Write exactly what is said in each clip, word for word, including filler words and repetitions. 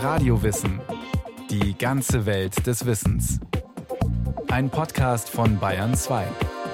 Radiowissen. Die ganze Welt des Wissens. Ein Podcast von Bayern zwei.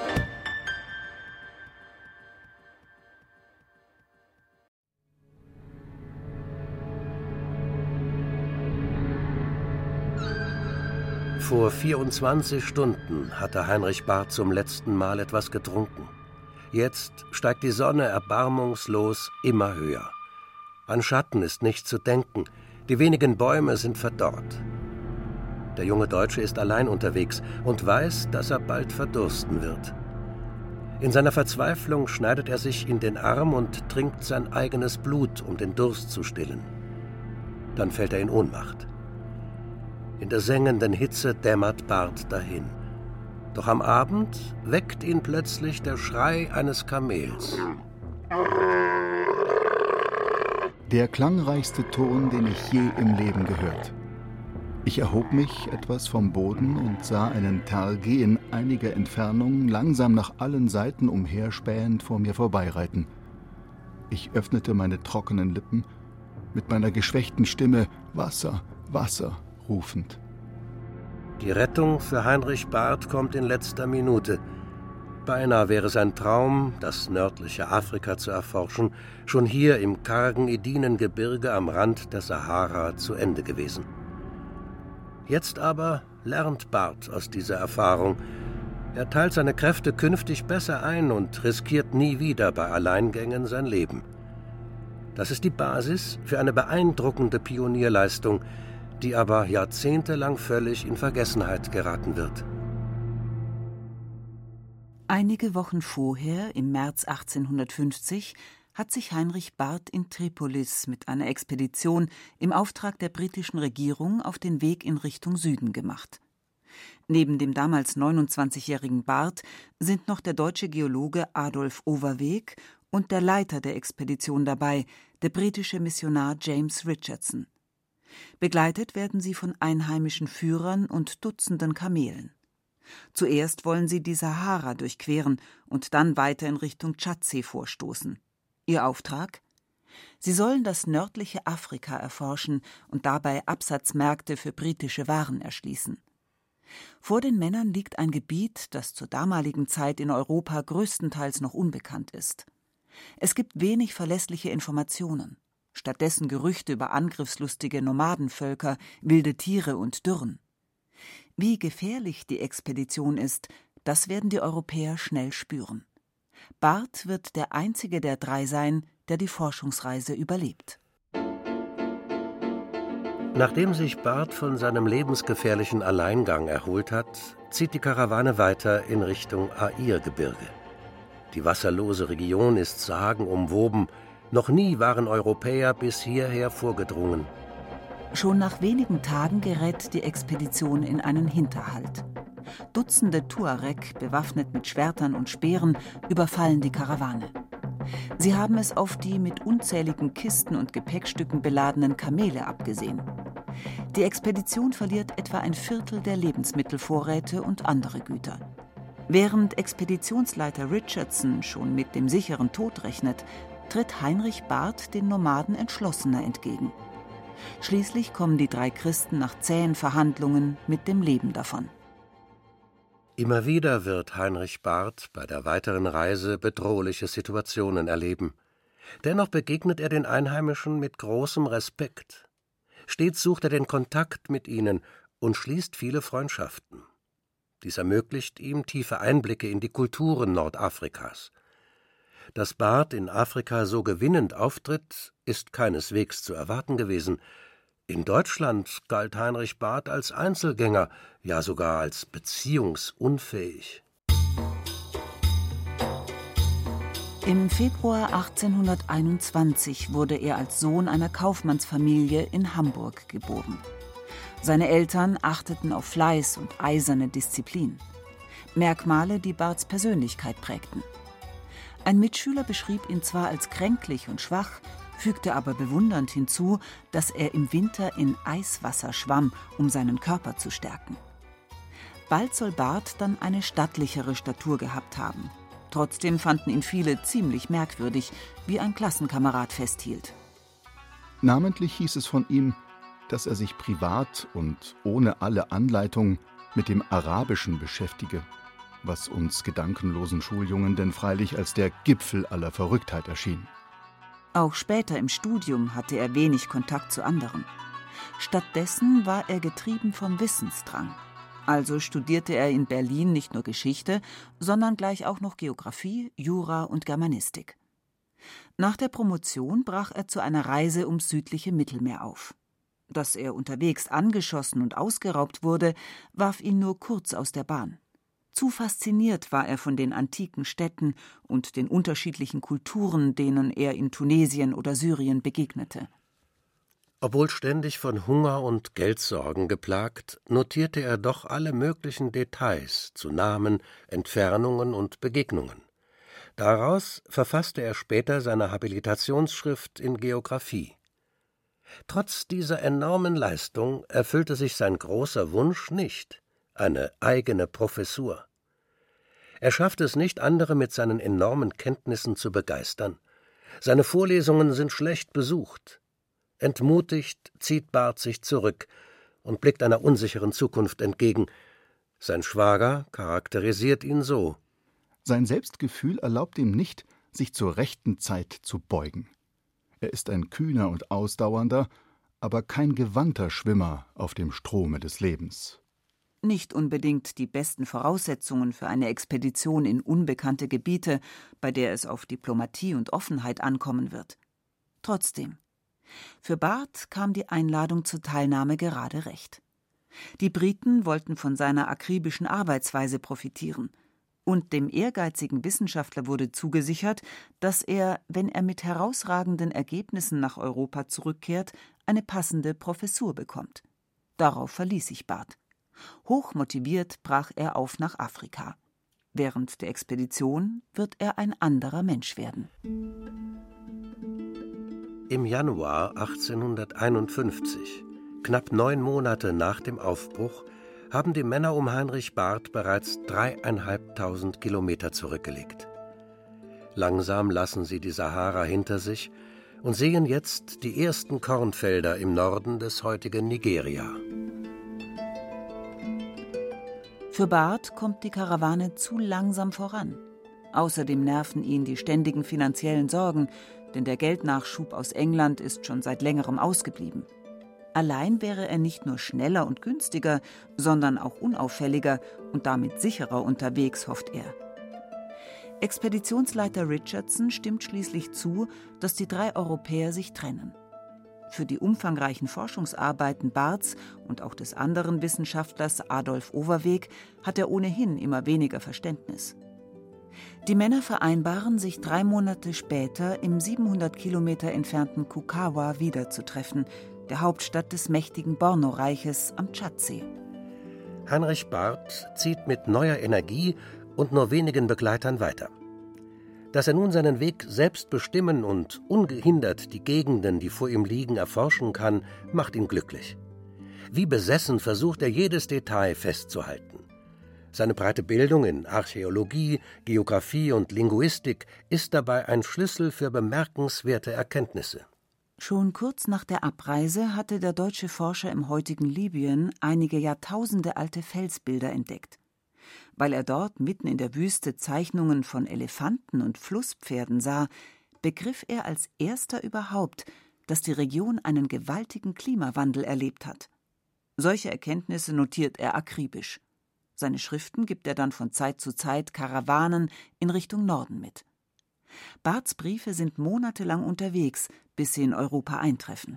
Vor vierundzwanzig Stunden hatte Heinrich Barth zum letzten Mal etwas getrunken. Jetzt steigt die Sonne erbarmungslos immer höher. An Schatten ist nicht zu denken, die wenigen Bäume sind verdorrt. Der junge Deutsche ist allein unterwegs und weiß, dass er bald verdursten wird. In seiner Verzweiflung schneidet er sich in den Arm und trinkt sein eigenes Blut, um den Durst zu stillen. Dann fällt er in Ohnmacht. In der sengenden Hitze dämmert Barth dahin. Doch am Abend weckt ihn plötzlich der Schrei eines Kamels. Der klangreichste Ton, den ich je im Leben gehört. Ich erhob mich etwas vom Boden und sah einen Tergé in einiger Entfernung langsam nach allen Seiten umherspähend vor mir vorbeireiten. Ich öffnete meine trockenen Lippen, mit meiner geschwächten Stimme Wasser, Wasser rufend. Die Rettung für Heinrich Barth kommt in letzter Minute. Beinahe wäre sein Traum, das nördliche Afrika zu erforschen, schon hier im kargen Idinengebirge am Rand der Sahara zu Ende gewesen. Jetzt aber lernt Barth aus dieser Erfahrung. Er teilt seine Kräfte künftig besser ein und riskiert nie wieder bei Alleingängen sein Leben. Das ist die Basis für eine beeindruckende Pionierleistung, die aber jahrzehntelang völlig in Vergessenheit geraten wird. Einige Wochen vorher, im März achtzehnhundertfünfzig, hat sich Heinrich Barth in Tripolis mit einer Expedition im Auftrag der britischen Regierung auf den Weg in Richtung Süden gemacht. Neben dem damals neunundzwanzigjährigen Barth sind noch der deutsche Geologe Adolf Overweg und der Leiter der Expedition dabei, der britische Missionar James Richardson. Begleitet werden sie von einheimischen Führern und Dutzenden Kamelen. Zuerst wollen sie die Sahara durchqueren und dann weiter in Richtung Tschadsee vorstoßen. Ihr Auftrag? Sie sollen das nördliche Afrika erforschen und dabei Absatzmärkte für britische Waren erschließen. Vor den Männern liegt ein Gebiet, das zur damaligen Zeit in Europa größtenteils noch unbekannt ist. Es gibt wenig verlässliche Informationen. Stattdessen Gerüchte über angriffslustige Nomadenvölker, wilde Tiere und Dürren. Wie gefährlich die Expedition ist, das werden die Europäer schnell spüren. Barth wird der einzige der drei sein, der die Forschungsreise überlebt. Nachdem sich Barth von seinem lebensgefährlichen Alleingang erholt hat, zieht die Karawane weiter in Richtung Aïr-Gebirge. Die wasserlose Region ist sagenumwoben. Noch nie waren Europäer bis hierher vorgedrungen. Schon nach wenigen Tagen gerät die Expedition in einen Hinterhalt. Dutzende Tuareg, bewaffnet mit Schwertern und Speeren, überfallen die Karawane. Sie haben es auf die mit unzähligen Kisten und Gepäckstücken beladenen Kamele abgesehen. Die Expedition verliert etwa ein Viertel der Lebensmittelvorräte und andere Güter. Während Expeditionsleiter Richardson schon mit dem sicheren Tod rechnet, tritt Heinrich Barth den Nomaden entschlossener entgegen. Schließlich kommen die drei Christen nach zähen Verhandlungen mit dem Leben davon. Immer wieder wird Heinrich Barth bei der weiteren Reise bedrohliche Situationen erleben. Dennoch begegnet er den Einheimischen mit großem Respekt. Stets sucht er den Kontakt mit ihnen und schließt viele Freundschaften. Dies ermöglicht ihm tiefe Einblicke in die Kulturen Nordafrikas. Dass Barth in Afrika so gewinnend auftritt, ist keineswegs zu erwarten gewesen. In Deutschland galt Heinrich Barth als Einzelgänger, ja sogar als beziehungsunfähig. Im Februar achtzehnhunderteinundzwanzig wurde er als Sohn einer Kaufmannsfamilie in Hamburg geboren. Seine Eltern achteten auf Fleiß und eiserne Disziplin. Merkmale, die Barths Persönlichkeit prägten. Ein Mitschüler beschrieb ihn zwar als kränklich und schwach, fügte aber bewundernd hinzu, dass er im Winter in Eiswasser schwamm, um seinen Körper zu stärken. Bald soll Barth dann eine stattlichere Statur gehabt haben. Trotzdem fanden ihn viele ziemlich merkwürdig, wie ein Klassenkamerad festhielt. Namentlich hieß es von ihm, dass er sich privat und ohne alle Anleitung mit dem Arabischen beschäftige, was uns gedankenlosen Schuljungen denn freilich als der Gipfel aller Verrücktheit erschien. Auch später im Studium hatte er wenig Kontakt zu anderen. Stattdessen war er getrieben vom Wissensdrang. Also studierte er in Berlin nicht nur Geschichte, sondern gleich auch noch Geographie, Jura und Germanistik. Nach der Promotion brach er zu einer Reise ums südliche Mittelmeer auf. Dass er unterwegs angeschossen und ausgeraubt wurde, warf ihn nur kurz aus der Bahn. Zu fasziniert war er von den antiken Städten und den unterschiedlichen Kulturen, denen er in Tunesien oder Syrien begegnete. Obwohl ständig von Hunger und Geldsorgen geplagt, notierte er doch alle möglichen Details zu Namen, Entfernungen und Begegnungen. Daraus verfasste er später seine Habilitationsschrift in Geographie. Trotz dieser enormen Leistung erfüllte sich sein großer Wunsch nicht, eine eigene Professur. Er schaffte es nicht, andere mit seinen enormen Kenntnissen zu begeistern. Seine Vorlesungen sind schlecht besucht. Entmutigt zieht Barth sich zurück und blickt einer unsicheren Zukunft entgegen. Sein Schwager charakterisiert ihn so: Sein Selbstgefühl erlaubt ihm nicht, sich zur rechten Zeit zu beugen. Er ist ein kühner und ausdauernder, aber kein gewandter Schwimmer auf dem Strome des Lebens. Nicht unbedingt die besten Voraussetzungen für eine Expedition in unbekannte Gebiete, bei der es auf Diplomatie und Offenheit ankommen wird. Trotzdem: Für Barth kam die Einladung zur Teilnahme gerade recht. Die Briten wollten von seiner akribischen Arbeitsweise profitieren. Und dem ehrgeizigen Wissenschaftler wurde zugesichert, dass er, wenn er mit herausragenden Ergebnissen nach Europa zurückkehrt, eine passende Professur bekommt. Darauf verließ sich Barth. Hochmotiviert brach er auf nach Afrika. Während der Expedition wird er ein anderer Mensch werden. Im Januar achtzehnhunderteinundfünfzig, knapp neun Monate nach dem Aufbruch, haben die Männer um Heinrich Barth bereits dreieinhalbtausend Kilometer zurückgelegt. Langsam lassen sie die Sahara hinter sich und sehen jetzt die ersten Kornfelder im Norden des heutigen Nigeria. Für Barth kommt die Karawane zu langsam voran. Außerdem nerven ihn die ständigen finanziellen Sorgen, denn der Geldnachschub aus England ist schon seit längerem ausgeblieben. Allein wäre er nicht nur schneller und günstiger, sondern auch unauffälliger und damit sicherer unterwegs, hofft er. Expeditionsleiter Richardson stimmt schließlich zu, dass die drei Europäer sich trennen. Für die umfangreichen Forschungsarbeiten Barths und auch des anderen Wissenschaftlers Adolf Overweg hat er ohnehin immer weniger Verständnis. Die Männer vereinbaren, sich drei Monate später im siebenhundert Kilometer entfernten Kukawa wiederzutreffen, der Hauptstadt des mächtigen Borno-Reiches am Tschadsee. Heinrich Barth zieht mit neuer Energie und nur wenigen Begleitern weiter. Dass er nun seinen Weg selbst bestimmen und ungehindert die Gegenden, die vor ihm liegen, erforschen kann, macht ihn glücklich. Wie besessen versucht er, jedes Detail festzuhalten. Seine breite Bildung in Archäologie, Geographie und Linguistik ist dabei ein Schlüssel für bemerkenswerte Erkenntnisse. Schon kurz nach der Abreise hatte der deutsche Forscher im heutigen Libyen einige Jahrtausende alte Felsbilder entdeckt. Weil er dort mitten in der Wüste Zeichnungen von Elefanten und Flusspferden sah, begriff er als erster überhaupt, dass die Region einen gewaltigen Klimawandel erlebt hat. Solche Erkenntnisse notiert er akribisch. Seine Schriften gibt er dann von Zeit zu Zeit Karawanen in Richtung Norden mit. Barths Briefe sind monatelang unterwegs, bis sie in Europa eintreffen.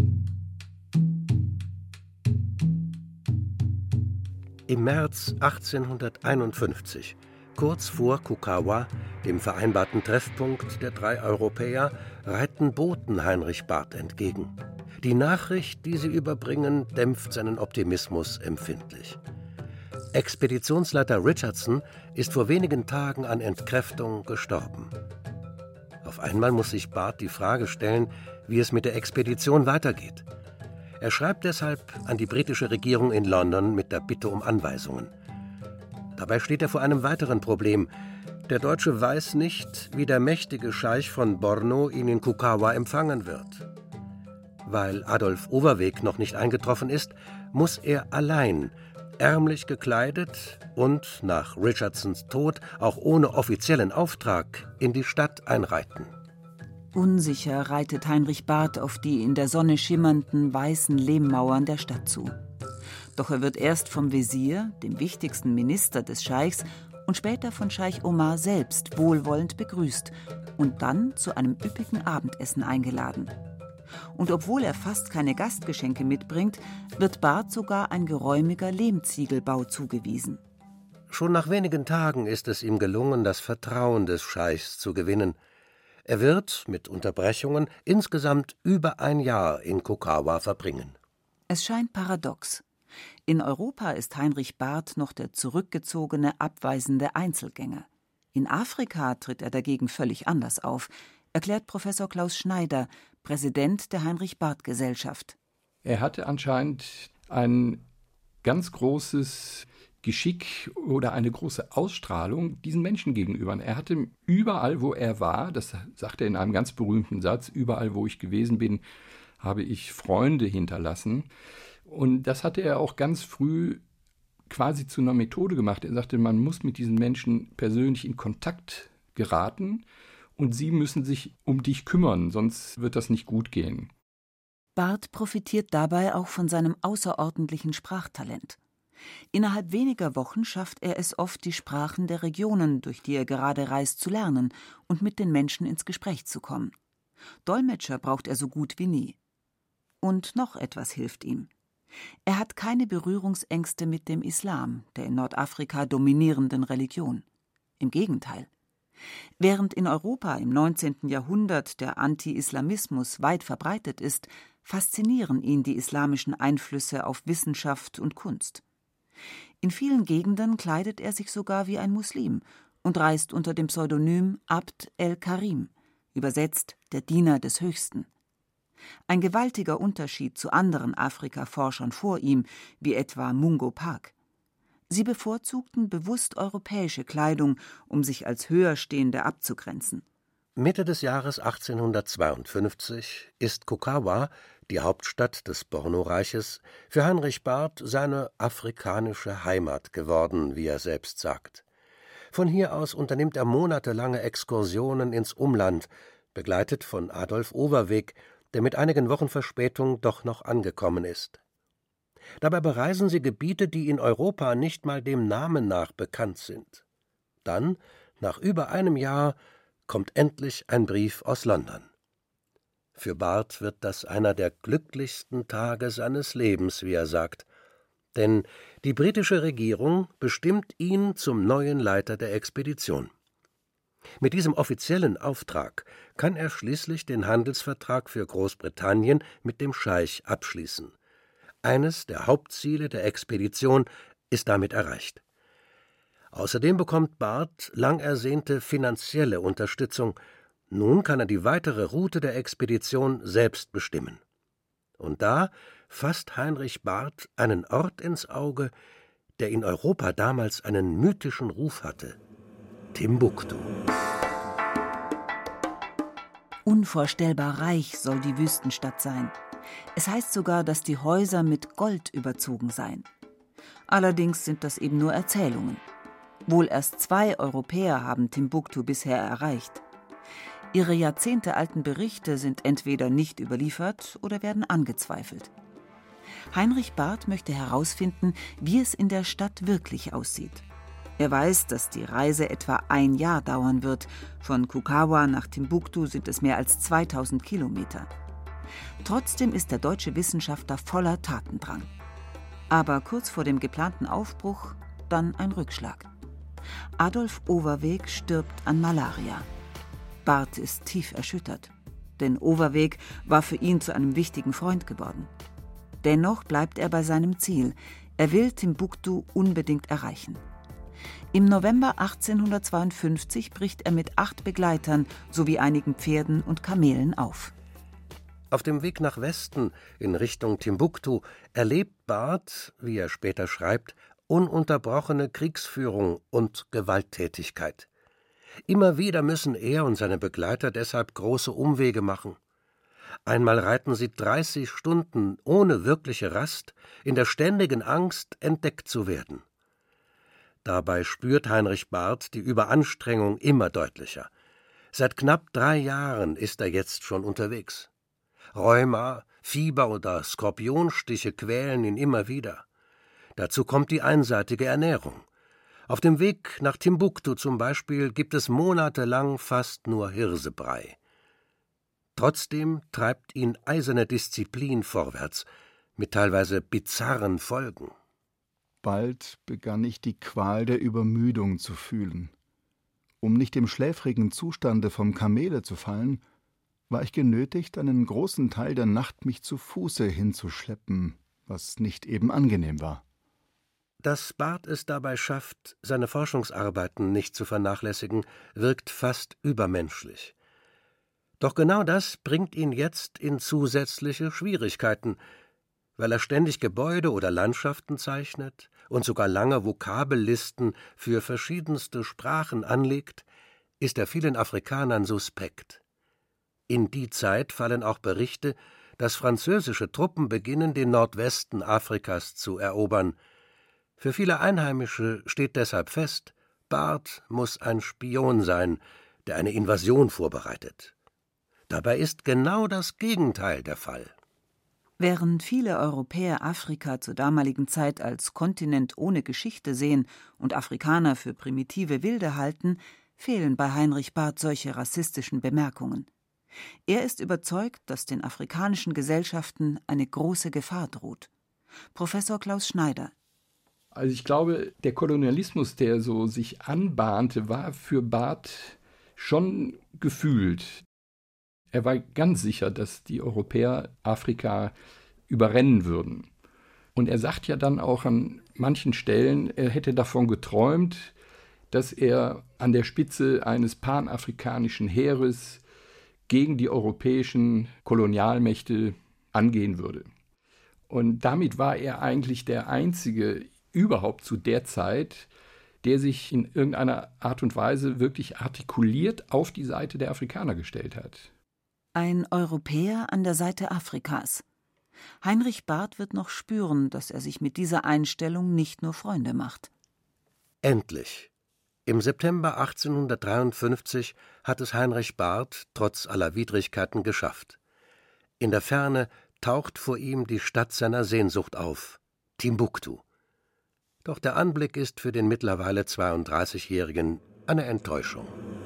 Im März achtzehnhunderteinundfünfzig, kurz vor Kukawa, dem vereinbarten Treffpunkt der drei Europäer, reiten Boten Heinrich Barth entgegen. Die Nachricht, die sie überbringen, dämpft seinen Optimismus empfindlich. Expeditionsleiter Richardson ist vor wenigen Tagen an Entkräftung gestorben. Auf einmal muss sich Barth die Frage stellen, wie es mit der Expedition weitergeht. Er schreibt deshalb an die britische Regierung in London mit der Bitte um Anweisungen. Dabei steht er vor einem weiteren Problem. Der Deutsche weiß nicht, wie der mächtige Scheich von Borno ihn in Kukawa empfangen wird. Weil Adolf Overweg noch nicht eingetroffen ist, muss er allein, ärmlich gekleidet und nach Richardsons Tod auch ohne offiziellen Auftrag in die Stadt einreiten. Unsicher reitet Heinrich Barth auf die in der Sonne schimmernden weißen Lehmmauern der Stadt zu. Doch er wird erst vom Wesir, dem wichtigsten Minister des Scheichs, und später von Scheich Omar selbst wohlwollend begrüßt und dann zu einem üppigen Abendessen eingeladen. Und obwohl er fast keine Gastgeschenke mitbringt, wird Barth sogar ein geräumiger Lehmziegelbau zugewiesen. Schon nach wenigen Tagen ist es ihm gelungen, das Vertrauen des Scheichs zu gewinnen. Er wird, mit Unterbrechungen, insgesamt über ein Jahr in Kukawa verbringen. Es scheint paradox. In Europa ist Heinrich Barth noch der zurückgezogene, abweisende Einzelgänger. In Afrika tritt er dagegen völlig anders auf, erklärt Professor Klaus Schneider, Präsident der Heinrich-Barth-Gesellschaft. Er hatte anscheinend ein ganz großes Geschick oder eine große Ausstrahlung diesen Menschen gegenüber. Er hatte überall, wo er war, das sagt er in einem ganz berühmten Satz, überall, wo ich gewesen bin, habe ich Freunde hinterlassen. Und das hatte er auch ganz früh quasi zu einer Methode gemacht. Er sagte, man muss mit diesen Menschen persönlich in Kontakt geraten und sie müssen sich um dich kümmern, sonst wird das nicht gut gehen. Barth profitiert dabei auch von seinem außerordentlichen Sprachtalent. Innerhalb weniger Wochen schafft er es oft, die Sprachen der Regionen, durch die er gerade reist, zu lernen und mit den Menschen ins Gespräch zu kommen. Dolmetscher braucht er so gut wie nie. Und noch etwas hilft ihm. Er hat keine Berührungsängste mit dem Islam, der in Nordafrika dominierenden Religion. Im Gegenteil. Während in Europa im neunzehnten Jahrhundert der Anti-Islamismus weit verbreitet ist, faszinieren ihn die islamischen Einflüsse auf Wissenschaft und Kunst. In vielen Gegenden kleidet er sich sogar wie ein Muslim und reist unter dem Pseudonym Abd el-Karim, übersetzt der Diener des Höchsten. Ein gewaltiger Unterschied zu anderen Afrika-Forschern vor ihm, wie etwa Mungo Park. Sie bevorzugten bewusst europäische Kleidung, um sich als Höherstehende abzugrenzen. Mitte des Jahres achtzehnhundertzweiundfünfzig ist Kukawa, die Hauptstadt des Borno-Reiches, für Heinrich Barth seine afrikanische Heimat geworden, wie er selbst sagt. Von hier aus unternimmt er monatelange Exkursionen ins Umland, begleitet von Adolf Overweg, der mit einigen Wochen Verspätung doch noch angekommen ist. Dabei bereisen sie Gebiete, die in Europa nicht mal dem Namen nach bekannt sind. Dann, nach über einem Jahr, kommt endlich ein Brief aus London. Für Barth wird das einer der glücklichsten Tage seines Lebens, wie er sagt, denn die britische Regierung bestimmt ihn zum neuen Leiter der Expedition. Mit diesem offiziellen Auftrag kann er schließlich den Handelsvertrag für Großbritannien mit dem Scheich abschließen. Eines der Hauptziele der Expedition ist damit erreicht. Außerdem bekommt Barth lang ersehnte finanzielle Unterstützung. Nun kann er die weitere Route der Expedition selbst bestimmen. Und da fasst Heinrich Barth einen Ort ins Auge, der in Europa damals einen mythischen Ruf hatte: Timbuktu. Unvorstellbar reich soll die Wüstenstadt sein. Es heißt sogar, dass die Häuser mit Gold überzogen seien. Allerdings sind das eben nur Erzählungen. Wohl erst zwei Europäer haben Timbuktu bisher erreicht. Ihre jahrzehntealten Berichte sind entweder nicht überliefert oder werden angezweifelt. Heinrich Barth möchte herausfinden, wie es in der Stadt wirklich aussieht. Er weiß, dass die Reise etwa ein Jahr dauern wird. Von Kukawa nach Timbuktu sind es mehr als zweitausend Kilometer. Trotzdem ist der deutsche Wissenschaftler voller Tatendrang. Aber kurz vor dem geplanten Aufbruch dann ein Rückschlag. Adolf Overweg stirbt an Malaria. Barth ist tief erschüttert, denn Overweg war für ihn zu einem wichtigen Freund geworden. Dennoch bleibt er bei seinem Ziel. Er will Timbuktu unbedingt erreichen. Im November achtzehnhundertzweiundfünfzig bricht er mit acht Begleitern sowie einigen Pferden und Kamelen auf. Auf dem Weg nach Westen in Richtung Timbuktu erlebt Barth, wie er später schreibt, ununterbrochene Kriegsführung und Gewalttätigkeit. Immer wieder müssen er und seine Begleiter deshalb große Umwege machen. Einmal reiten sie dreißig Stunden ohne wirkliche Rast, in der ständigen Angst, entdeckt zu werden. Dabei spürt Heinrich Barth die Überanstrengung immer deutlicher. Seit knapp drei Jahren ist er jetzt schon unterwegs. Rheuma, Fieber oder Skorpionstiche quälen ihn immer wieder. Dazu kommt die einseitige Ernährung. Auf dem Weg nach Timbuktu zum Beispiel gibt es monatelang fast nur Hirsebrei. Trotzdem treibt ihn eiserne Disziplin vorwärts, mit teilweise bizarren Folgen. Bald begann ich die Qual der Übermüdung zu fühlen. Um nicht im schläfrigen Zustande vom Kamele zu fallen, war ich genötigt, einen großen Teil der Nacht mich zu Fuße hinzuschleppen, was nicht eben angenehm war. Dass Barth es dabei schafft, seine Forschungsarbeiten nicht zu vernachlässigen, wirkt fast übermenschlich. Doch genau das bringt ihn jetzt in zusätzliche Schwierigkeiten, weil er ständig Gebäude oder Landschaften zeichnet und sogar lange Vokabellisten für verschiedenste Sprachen anlegt, ist er vielen Afrikanern suspekt. In die Zeit fallen auch Berichte, dass französische Truppen beginnen, den Nordwesten Afrikas zu erobern. Für viele Einheimische steht deshalb fest, Barth muss ein Spion sein, der eine Invasion vorbereitet. Dabei ist genau das Gegenteil der Fall. Während viele Europäer Afrika zur damaligen Zeit als Kontinent ohne Geschichte sehen und Afrikaner für primitive Wilde halten, fehlen bei Heinrich Barth solche rassistischen Bemerkungen. Er ist überzeugt, dass den afrikanischen Gesellschaften eine große Gefahr droht. Professor Klaus Schneider. Also ich glaube, der Kolonialismus, der so sich anbahnte, war für Barth schon gefühlt. Er war ganz sicher, dass die Europäer Afrika überrennen würden. Und er sagt ja dann auch an manchen Stellen, er hätte davon geträumt, dass er an der Spitze eines panafrikanischen Heeres gegen die europäischen Kolonialmächte angehen würde. Und damit war er eigentlich der Einzige überhaupt zu der Zeit, der sich in irgendeiner Art und Weise wirklich artikuliert auf die Seite der Afrikaner gestellt hat. Ein Europäer an der Seite Afrikas. Heinrich Barth wird noch spüren, dass er sich mit dieser Einstellung nicht nur Freunde macht. Endlich! Im September achtzehnhundertdreiundfünfzig hat es Heinrich Barth trotz aller Widrigkeiten geschafft. In der Ferne taucht vor ihm die Stadt seiner Sehnsucht auf, Timbuktu. Doch der Anblick ist für den mittlerweile zweiunddreißigjährigen eine Enttäuschung.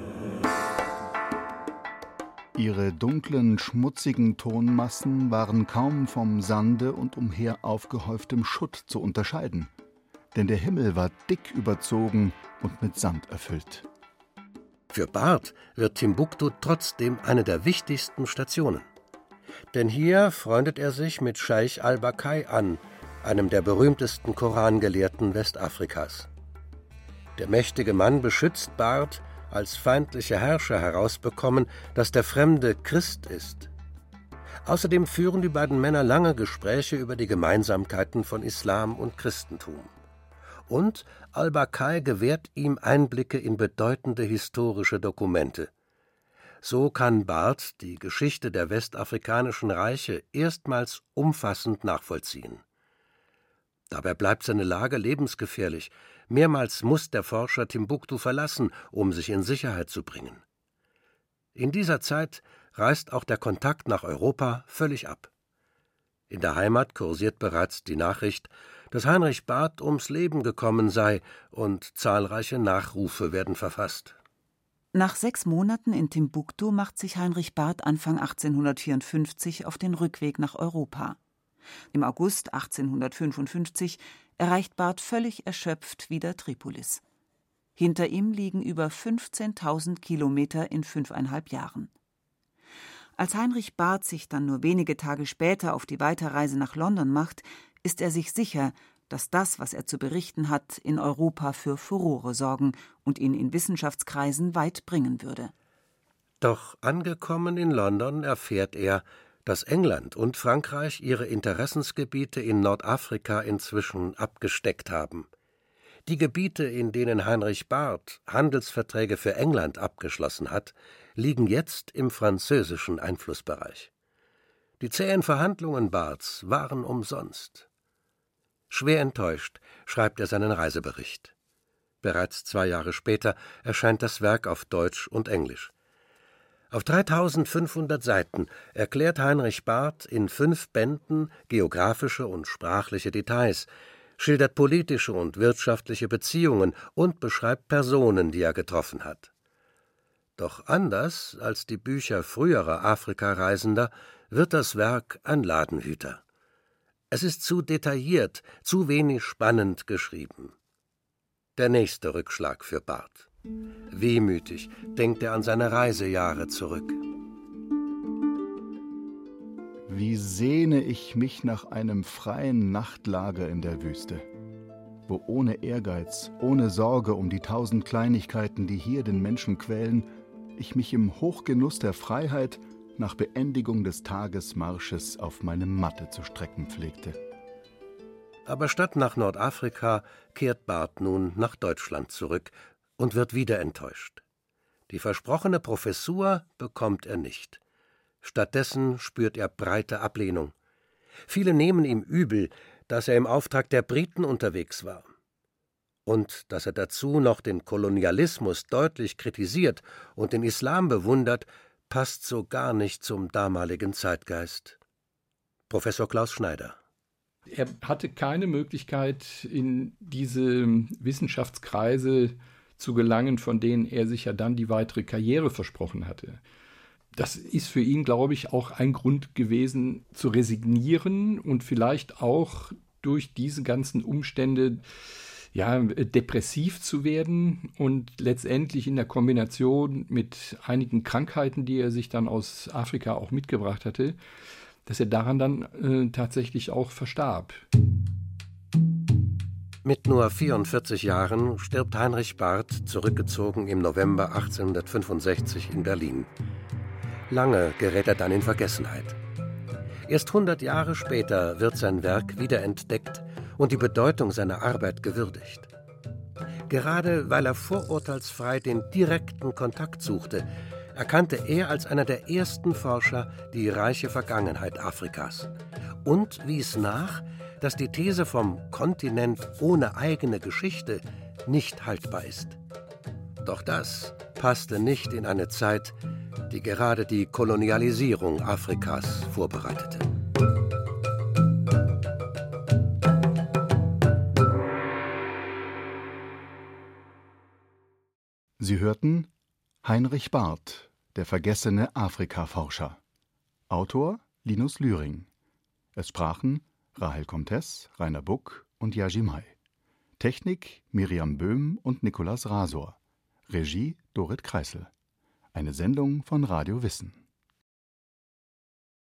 Ihre dunklen, schmutzigen Tonmassen waren kaum vom Sande und umher aufgehäuftem Schutt zu unterscheiden, denn der Himmel war dick überzogen und mit Sand erfüllt. Für Barth wird Timbuktu trotzdem eine der wichtigsten Stationen. Denn hier freundet er sich mit Scheich al-Bakai an, einem der berühmtesten Korangelehrten Westafrikas. Der mächtige Mann beschützt Barth, als feindliche Herrscher herausbekommen, dass der Fremde Christ ist. Außerdem führen die beiden Männer lange Gespräche über die Gemeinsamkeiten von Islam und Christentum. Und al-Bakai gewährt ihm Einblicke in bedeutende historische Dokumente. So kann Barth die Geschichte der westafrikanischen Reiche erstmals umfassend nachvollziehen. Dabei bleibt seine Lage lebensgefährlich. Mehrmals muss der Forscher Timbuktu verlassen, um sich in Sicherheit zu bringen. In dieser Zeit reißt auch der Kontakt nach Europa völlig ab. In der Heimat kursiert bereits die Nachricht, dass Heinrich Barth ums Leben gekommen sei, und zahlreiche Nachrufe werden verfasst. Nach sechs Monaten in Timbuktu macht sich Heinrich Barth Anfang achtzehnhundertvierundfünfzig auf den Rückweg nach Europa. Im August achtzehnhundertfünfundfünfzig erreicht Barth völlig erschöpft wieder Tripolis. Hinter ihm liegen über fünfzehntausend Kilometer in fünfeinhalb Jahren. Als Heinrich Barth sich dann nur wenige Tage später auf die Weiterreise nach London macht, ist er sich sicher, dass das, was er zu berichten hat, in Europa für Furore sorgen und ihn in Wissenschaftskreisen weit bringen würde. Doch angekommen in London erfährt er, dass England und Frankreich ihre Interessensgebiete in Nordafrika inzwischen abgesteckt haben. Die Gebiete, in denen Heinrich Barth Handelsverträge für England abgeschlossen hat, liegen jetzt im französischen Einflussbereich. Die zähen Verhandlungen Barths waren umsonst. Schwer enttäuscht schreibt er seinen Reisebericht. Bereits zwei Jahre später erscheint das Werk auf Deutsch und Englisch. Auf dreitausendfünfhundert Seiten erklärt Heinrich Barth in fünf Bänden geografische und sprachliche Details, schildert politische und wirtschaftliche Beziehungen und beschreibt Personen, die er getroffen hat. Doch anders als die Bücher früherer Afrikareisender wird das Werk ein Ladenhüter. Es ist zu detailliert, zu wenig spannend geschrieben. Der nächste Rückschlag für Barth. Wehmütig denkt er an seine Reisejahre zurück. Wie sehne ich mich nach einem freien Nachtlager in der Wüste, wo ohne Ehrgeiz, ohne Sorge um die tausend Kleinigkeiten, die hier den Menschen quälen, ich mich im Hochgenuss der Freiheit nach Beendigung des Tagesmarsches auf meine Matte zu strecken pflegte. Aber statt nach Nordafrika kehrt Barth nun nach Deutschland zurück und wird wieder enttäuscht. Die versprochene Professur bekommt er nicht. Stattdessen spürt er breite Ablehnung. Viele nehmen ihm übel, dass er im Auftrag der Briten unterwegs war. Und dass er dazu noch den Kolonialismus deutlich kritisiert und den Islam bewundert, passt so gar nicht zum damaligen Zeitgeist. Professor Klaus Schneider. Er hatte keine Möglichkeit, in diese Wissenschaftskreise zu gelangen, von denen er sich ja dann die weitere Karriere versprochen hatte. Das ist für ihn, glaube ich, auch ein Grund gewesen, zu resignieren und vielleicht auch durch diese ganzen Umstände ja, depressiv zu werden und letztendlich in der Kombination mit einigen Krankheiten, die er sich dann aus Afrika auch mitgebracht hatte, dass er daran dann äh, tatsächlich auch verstarb. Mit nur vierundvierzig Jahren stirbt Heinrich Barth, zurückgezogen im November achtzehnhundertfünfundsechzig in Berlin. Lange gerät er dann in Vergessenheit. Erst hundert Jahre später wird sein Werk wiederentdeckt und die Bedeutung seiner Arbeit gewürdigt. Gerade weil er vorurteilsfrei den direkten Kontakt suchte, erkannte er als einer der ersten Forscher die reiche Vergangenheit Afrikas und wies nach, dass die These vom Kontinent ohne eigene Geschichte nicht haltbar ist. Doch das passte nicht in eine Zeit, die gerade die Kolonialisierung Afrikas vorbereitete. Sie hörten Heinrich Barth, der vergessene Afrikaforscher. Autor Linus Lühring. Es sprachen Rahel Comtes, Rainer Buck und Yaji Mai. Technik Miriam Böhm und Nikolaus Rasor. Regie Dorit Kreisel. Eine Sendung von Radio Wissen.